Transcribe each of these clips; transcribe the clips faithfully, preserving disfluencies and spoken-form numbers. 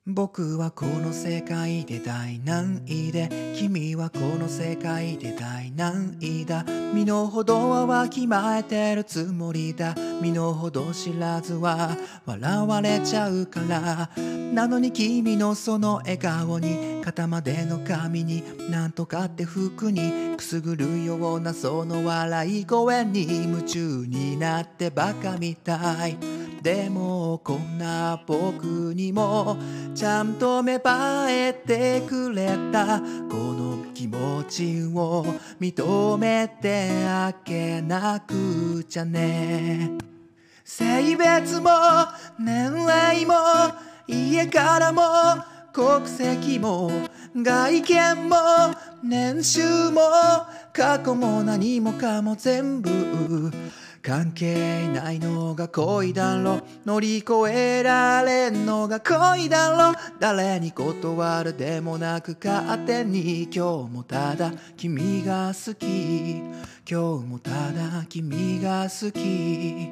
僕はこの世界で大難易で君はこの世界で大難易だ。身の程はわきまえてるつもりだ。身の程知らずは笑われちゃうから。なのに君のその笑顔に肩までの髪になんとかって服にくすぐるようなその笑い声に夢中になってバカみたい。でもこんな僕にもちゃんと芽生えてくれたこの気持ちを認めてあげなくちゃね。性別も年齢も家からも国籍も外見も年収も過去も何もかも全部関係ないのが恋だろ。乗り越えられんのが恋だろ。誰に断るでもなく勝手に今日もただ君が好き。今日もただ君が好き。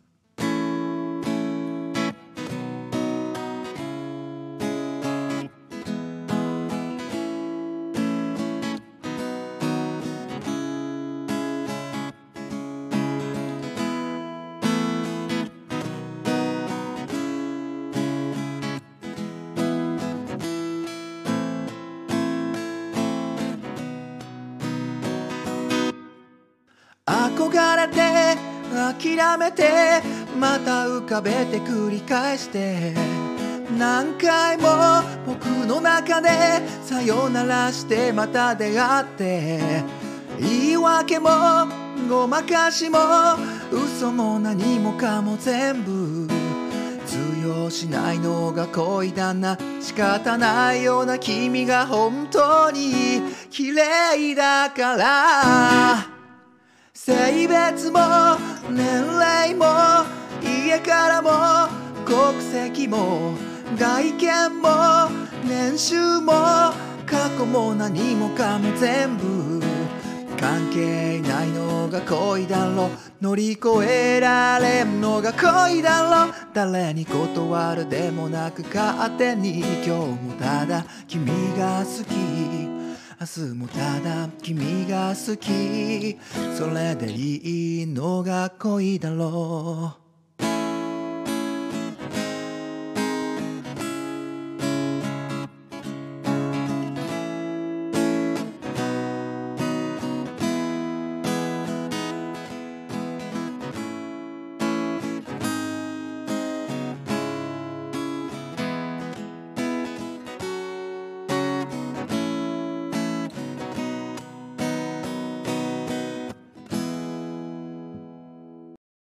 憧れて諦めてまた浮かべて繰り返して何回も僕の中でさよならしてまた出会って言い訳もごまかしも嘘も何もかも全部通用しないのが恋だな。仕方ないような君が本当に綺麗だから性別も年齢も家からも国籍も外見も年収も過去も何もかも全部関係ないのが恋だろ。乗り越えられんのが恋だろ。誰に断るでもなく勝手に今日もただ君が好き。明日もただ君が好き。それでいいのが恋だろう。